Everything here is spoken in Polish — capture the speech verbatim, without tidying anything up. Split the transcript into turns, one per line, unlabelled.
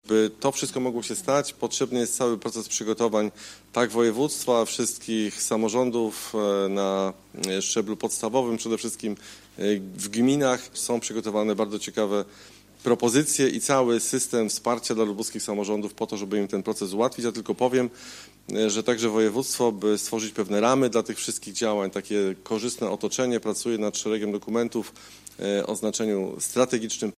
By to wszystko mogło się stać, potrzebny jest cały proces przygotowań tak województwa, wszystkich samorządów na szczeblu podstawowym, przede wszystkim w gminach. Są przygotowane bardzo ciekawe propozycje i cały system wsparcia dla lubuskich samorządów po to, żeby im ten proces ułatwić. Ja tylko powiem, że także województwo, by stworzyć pewne ramy dla tych wszystkich działań, takie korzystne otoczenie, pracuje nad szeregiem dokumentów o znaczeniu strategicznym.